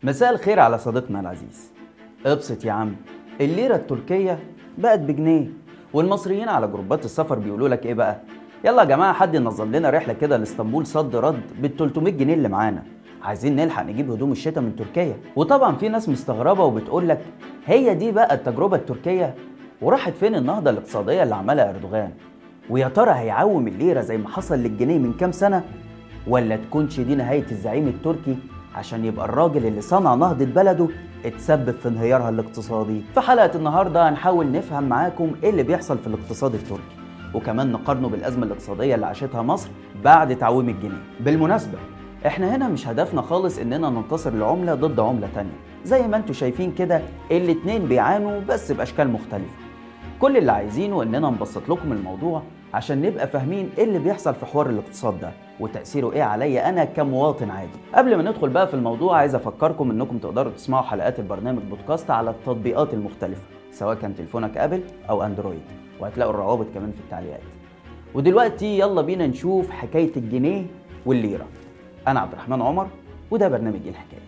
مساء الخير على صديقنا العزيز. ابسط يا عم، الليرة التركية بقت بجنيه، والمصريين على جروبات السفر بيقولوا لك ايه بقى؟ يلا يا جماعة حد ينظم لنا رحلة كده لاسطنبول صد رد بال 300 جنيه اللي معانا، عايزين نلحق نجيب هدوم الشتاء من تركيا. وطبعا في ناس مستغربة وبتقول لك هي دي بقى التجربة التركية؟ وراحت فين النهضة الاقتصادية اللي عملها اردوغان؟ ويا ترى هيعوم الليرة زي ما حصل للجنيه من كام سنة؟ ولا تكونش دي نهاية الزعيم التركي عشان يبقى الراجل اللي صنع نهضة بلده اتسبب في انهيارها الاقتصادي؟ في حلقة النهاردة هنحاول نفهم معاكم ايه اللي بيحصل في الاقتصاد التركي، وكمان نقارنه بالأزمة الاقتصادية اللي عاشتها مصر بعد تعويم الجنيه. بالمناسبة احنا هنا مش هدفنا خالص اننا ننتصر العملة ضد عملة تانية، زي ما انتوا شايفين كده الاتنين بيعانوا بس بأشكال مختلفة. كل اللي عايزينه اننا نبسط لكم الموضوع عشان نبقى فاهمين ايه اللي بيحصل في حوار الاقتصاد ده وتأثيره ايه عليا انا كمواطن عادي. قبل ما ندخل بقى في الموضوع عايز افكركم انكم تقدروا تسمعوا حلقات البرنامج بودكاست على التطبيقات المختلفة سواء كان تليفونك ابل او اندرويد، وهتلاقوا الروابط كمان في التعليقات. ودلوقتي يلا بينا نشوف حكاية الجنيه والليرة. انا عبد الرحمن عمر وده برنامج الحكاية.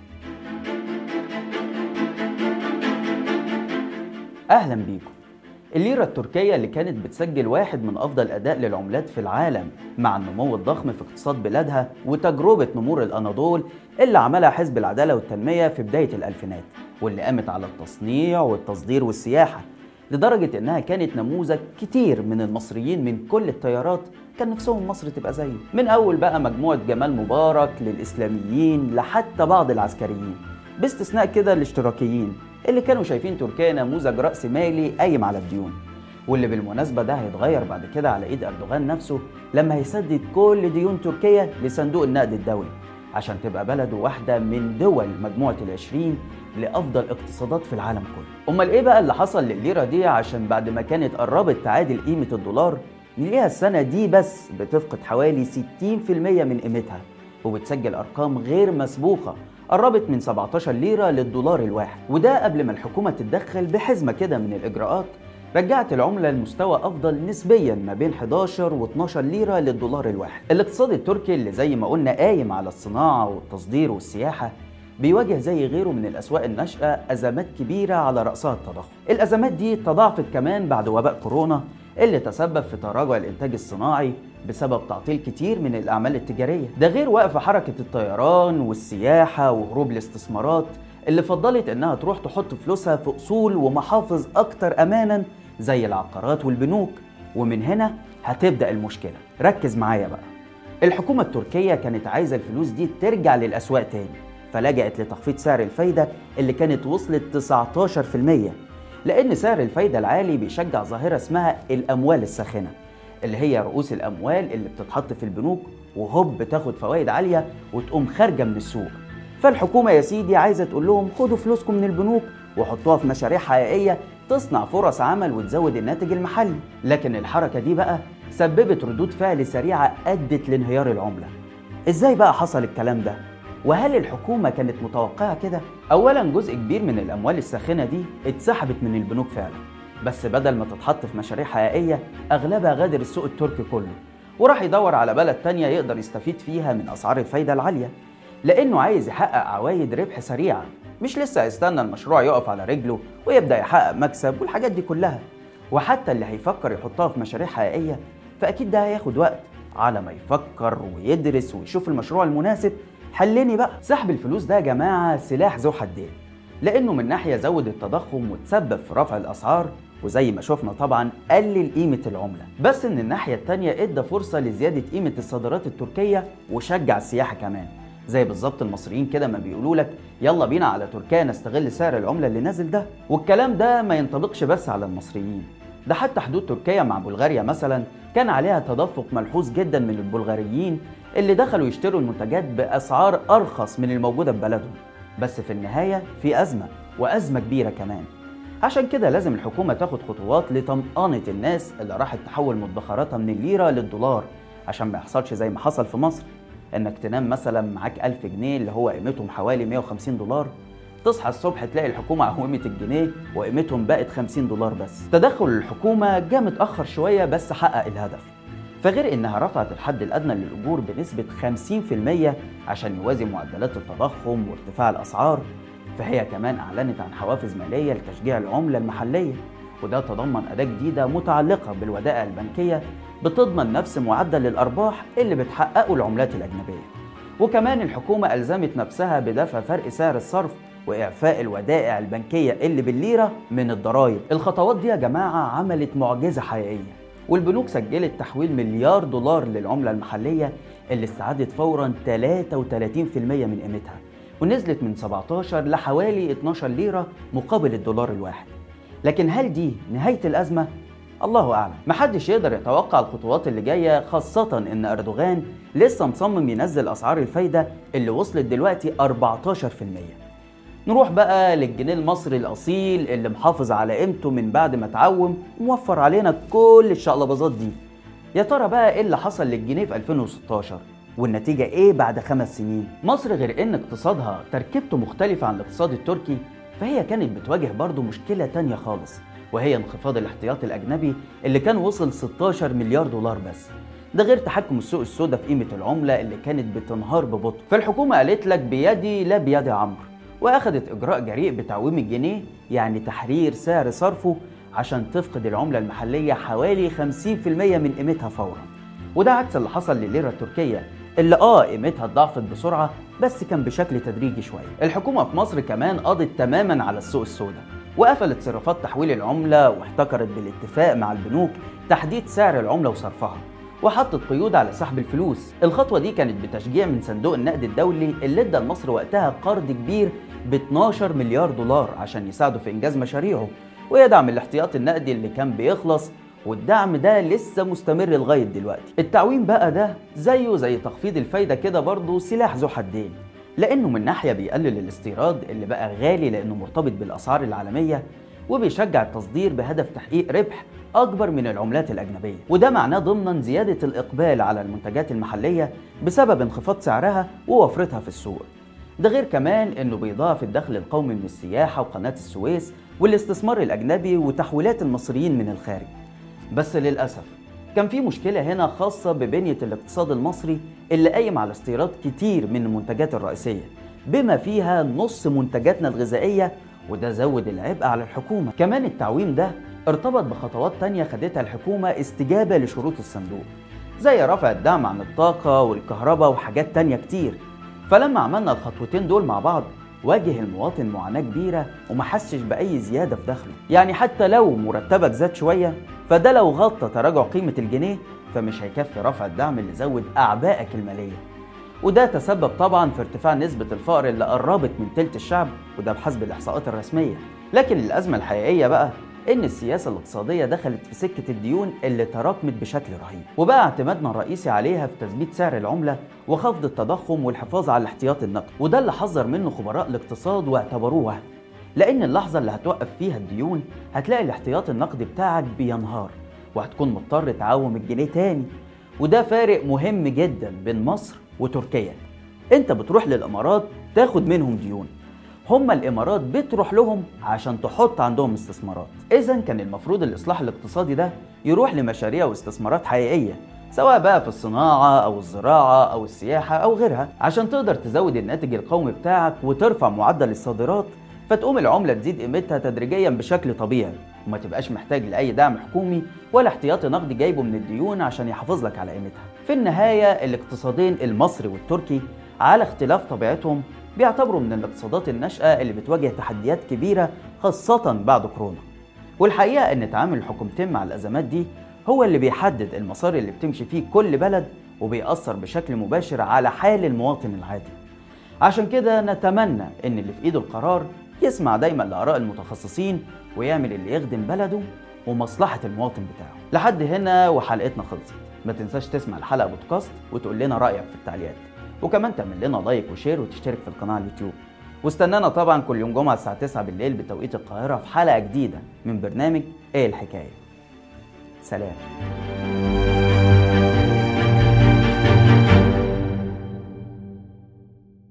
اهلا بيكم. الليرة التركية اللي كانت بتسجل واحد من أفضل أداء للعملات في العالم مع النمو الضخم في اقتصاد بلادها وتجربة نمور الأناضول اللي عملها حزب العدالة والتنمية في بداية الألفينات، واللي قامت على التصنيع والتصدير والسياحة لدرجة إنها كانت نموذج كتير من المصريين من كل التيارات كان نفسهم مصر تبقى زيه، من أول بقى مجموعة جمال مبارك للإسلاميين لحتى بعض العسكريين، باستثناء كده الاشتراكيين اللي كانوا شايفين تركيا نموذج رأس مالي قايم على الديون، واللي بالمناسبة ده هيتغير بعد كده على ايد اردوغان نفسه لما هيسدد كل ديون تركيا لصندوق النقد الدولي عشان تبقى بلده واحدة من دول مجموعة ال20 لأفضل اقتصادات في العالم كله. امال ايه بقى اللي حصل للليرة دي عشان بعد ما كانت قربت تعادل قيمة الدولار نلاقيها السنة دي بس بتفقد حوالي 60% من قيمتها وبتسجل أرقام غير مسبوقة قربت من 17 ليرة للدولار الواحد، وده قبل ما الحكومة تتدخل بحزمة كده من الإجراءات رجعت العملة لمستوى أفضل نسبيا ما بين 11 و12 ليرة للدولار الواحد. الاقتصاد التركي اللي زي ما قلنا قايم على الصناعة والتصدير والسياحة بيواجه زي غيره من الأسواق الناشئة أزمات كبيرة على رأسها التضخم. الأزمات دي تضاعفت كمان بعد وباء كورونا اللي تسبب في تراجع الإنتاج الصناعي بسبب تعطيل كتير من الأعمال التجارية، ده غير وقف حركة الطيران والسياحة وهروب الاستثمارات اللي فضلت إنها تروح تحط فلوسها في أصول ومحافظ أكتر أمانا زي العقارات والبنوك. ومن هنا هتبدأ المشكلة. ركز معايا بقى. الحكومة التركية كانت عايزة الفلوس دي ترجع للأسواق تاني، فلجأت لتخفيض سعر الفايدة اللي كانت وصلت 19%، لأن سعر الفايدة العالي بيشجع ظاهرة اسمها الأموال الساخنة، اللي هي رؤوس الأموال اللي بتتحط في البنوك وهوب بتاخد فوائد عالية وتقوم خارجة من السوق. فالحكومة يا سيدي عايزة تقول لهم خدوا فلوسكم من البنوك وحطوها في مشاريع حقيقية تصنع فرص عمل وتزود الناتج المحلي. لكن الحركة دي بقى سببت ردود فعل سريعة أدت لانهيار العملة. إزاي بقى حصل الكلام ده؟ وهل الحكومة كانت متوقعة كده؟ أولاً جزء كبير من الأموال الساخنة دي اتسحبت من البنوك فعلاً، بس بدل ما تتحط في مشاريع حقيقية أغلبها غادر السوق التركي كله وراح يدور على بلد تانية يقدر يستفيد فيها من أسعار الفايدة العالية، لأنه عايز يحقق عوايد ربح سريعة، مش لسه هيستنى المشروع يقف على رجله ويبدأ يحقق مكسب والحاجات دي كلها. وحتى اللي هيفكر يحطها في مشاريع حقيقية فأكيد ده هياخد وقت على ما يفكر ويدرس ويشوف المشروع المناسب. حلني بقى. سحب الفلوس ده يا جماعة سلاح ذو حدين، لأنه من ناحية زود التضخم وتسبب في رفع الأسعار وزي ما شفنا طبعا قلل قيمة العملة، بس من الناحية التانية ادى فرصة لزيادة قيمة الصادرات التركية وشجع السياحة كمان، زي بالظبط المصريين كده ما بيقولوا لك يلا بينا على تركيا نستغل سعر العملة اللي نازل ده. والكلام ده ما ينطبقش بس على المصريين، ده حتى حدود تركيا مع بلغاريا مثلا كان عليها تدفق ملحوظ جدا من البلغاريين اللي دخلوا يشتروا المنتجات بأسعار أرخص من الموجودة في بلدهم. بس في النهاية في أزمة وأزمة كبيرة كمان، عشان كده لازم الحكومة تاخد خطوات لطمأنة الناس اللي راحت تحول مدخراتها من الليرة للدولار، عشان ما يحصلش زي ما حصل في مصر انك تنام مثلا معاك 1000 جنيه اللي هو قيمتهم حوالي 150 دولار، تصحى الصبح تلاقي الحكومة عومت الجنيه وقيمتهم بقت 50 دولار بس. تدخل الحكومة جه متأخر شوية بس حقق الهدف، فغير انها رفعت الحد الادنى للاجور بنسبة 50% عشان يوازي معدلات التضخم وارتفاع الاسعار، فهي كمان أعلنت عن حوافز مالية لتشجيع العملة المحلية، وده تضمن أداة جديدة متعلقة بالودائع البنكية بتضمن نفس معدل الأرباح اللي بتحققه العملات الأجنبية. وكمان الحكومة ألزمت نفسها بدفع فرق سعر الصرف وإعفاء الودائع البنكية اللي بالليرة من الضرائب. الخطوات دي يا جماعة عملت معجزة حقيقية، والبنوك سجلت تحويل مليار دولار للعملة المحلية اللي استعادت فورا 33% من قيمتها، ونزلت من 17 لحوالي 12 ليرة مقابل الدولار الواحد. لكن هل دي نهاية الأزمة؟ الله أعلم. محدش يقدر يتوقع الخطوات اللي جاية، خاصة إن أردوغان لسه مصمم ينزل أسعار الفايدة اللي وصلت دلوقتي 14%. نروح بقى للجنيه المصري الأصيل اللي محافظ على قيمته من بعد ما تعوم وموفر علينا كل الشقلباظات دي. يا ترى بقى إيه اللي حصل للجنيه في 2016 والنتيجة إيه بعد 5 سنين؟ مصر غير إن اقتصادها تركيبته مختلفة عن الاقتصاد التركي، فهي كانت بتواجه برضو مشكلة تانية خالص، وهي انخفاض الاحتياطي الأجنبي اللي كان وصل 16 مليار دولار بس. ده غير تحكم السوق السوداء في قيمة العملة اللي كانت بتنهار ببطء. فالحكومة قالت لك بيدي لا بيد عمرو، وأخذت إجراء جريء بتعويم الجنيه، يعني تحرير سعر صرفه عشان تفقد العملة المحلية حوالي 50% من قيمتها فورا. وده عكس اللي حصل للليرة التركية اللي قيمتها اتضاعفت بسرعة، بس كان بشكل تدريجي شوية. الحكومة في مصر كمان قضت تماما على السوق السوداء، وقفلت صرافات تحويل العملة، واحتكرت بالاتفاق مع البنوك تحديد سعر العملة وصرفها، وحطت قيود على سحب الفلوس. الخطوة دي كانت بتشجيع من صندوق النقد الدولي اللي ادى لمصر وقتها قرض كبير ب 12 مليار دولار عشان يساعده في إنجاز مشاريعه ويدعم الاحتياطي النقدي اللي كان بيخلص، والدعم ده لسه مستمر لغاية دلوقتي. التعويم بقى ده زيه زي تخفيض الفايدة كده برضه سلاح ذو حدين، لأنه من ناحية بيقلل الاستيراد اللي بقى غالي لأنه مرتبط بالأسعار العالمية، وبيشجع التصدير بهدف تحقيق ربح أكبر من العملات الأجنبية، وده معناه ضمنا زيادة الإقبال على المنتجات المحلية بسبب انخفاض سعرها ووفرتها في السوق. ده غير كمان إنه بيضاعف الدخل القومي من السياحة وقناة السويس والاستثمار الأجنبي وتحويلات المصريين من الخارج. بس للأسف كان في مشكلة هنا خاصة ببنية الاقتصاد المصري اللي قايم على استيراد كتير من المنتجات الرئيسية بما فيها نص منتجاتنا الغذائية، وده زود العبء على الحكومة. كمان التعويم ده ارتبط بخطوات تانية خدتها الحكومة استجابة لشروط الصندوق، زي رفع الدعم عن الطاقة والكهرباء وحاجات تانية كتير. فلما عملنا الخطوتين دول مع بعض واجه المواطن معاناة كبيرة وما حسش بأي زيادة في دخله، يعني حتى لو مرتبك زاد شوية فده لو غطى تراجع قيمة الجنيه فمش هيكفي رفع الدعم اللي زود أعبائك المالية. وده تسبب طبعا في ارتفاع نسبة الفقر اللي قربت من تلت الشعب، وده بحسب الإحصاءات الرسمية. لكن الأزمة الحقيقية بقى إن السياسة الاقتصادية دخلت في سكة الديون اللي تراكمت بشكل رهيب، وبقى اعتمادنا الرئيسي عليها في تثبيت سعر العملة وخفض التضخم والحفاظ على الاحتياط النقدي. وده اللي حذر منه خبراء الاقتصاد واعتبروه وهم، لأن اللحظة اللي هتوقف فيها الديون هتلاقي الاحتياط النقدي بتاعك بينهار وهتكون مضطر تعوم الجنيه تاني. وده فارق مهم جدا بين مصر وتركيا. انت بتروح للإمارات تاخد منهم ديون، هما الإمارات بتروح لهم عشان تحط عندهم استثمارات. إذن كان المفروض الإصلاح الاقتصادي ده يروح لمشاريع واستثمارات حقيقية، سواء بقى في الصناعة أو الزراعة أو السياحة أو غيرها، عشان تقدر تزود الناتج القومي بتاعك وترفع معدل الصادرات، فتقوم العملة تزيد قيمتها تدريجيا بشكل طبيعي، وما تبقاش محتاج لأي دعم حكومي ولا احتياطي نقدي جايبه من الديون عشان يحافظ لك على قيمتها. في النهاية الاقتصادين المصري والتركي على اختلاف طبيعتهم بيعتبروا من الاقتصادات الناشئة اللي بتواجه تحديات كبيرة خاصة بعد كورونا. والحقيقة ان تعامل الحكومتين مع الأزمات دي هو اللي بيحدد المسار اللي بتمشي فيه كل بلد، وبيأثر بشكل مباشر على حال المواطن العادي. عشان كده نتمنى ان اللي في ايده القرار يسمع دايما لآراء المتخصصين ويعمل اللي يخدم بلده ومصلحة المواطن بتاعه. لحد هنا وحلقتنا خلصت. ما تنساش تسمع الحلقة بودكاست وتقول لنا رأيك في التعليقات، وكمان تعمل لنا لايك وشير وتشترك في القناة على اليوتيوب. واستنانا طبعا كل يوم جمعة الساعة 9 بالليل بتوقيت القاهرة في حلقة جديدة من برنامج ايه الحكاية. سلام.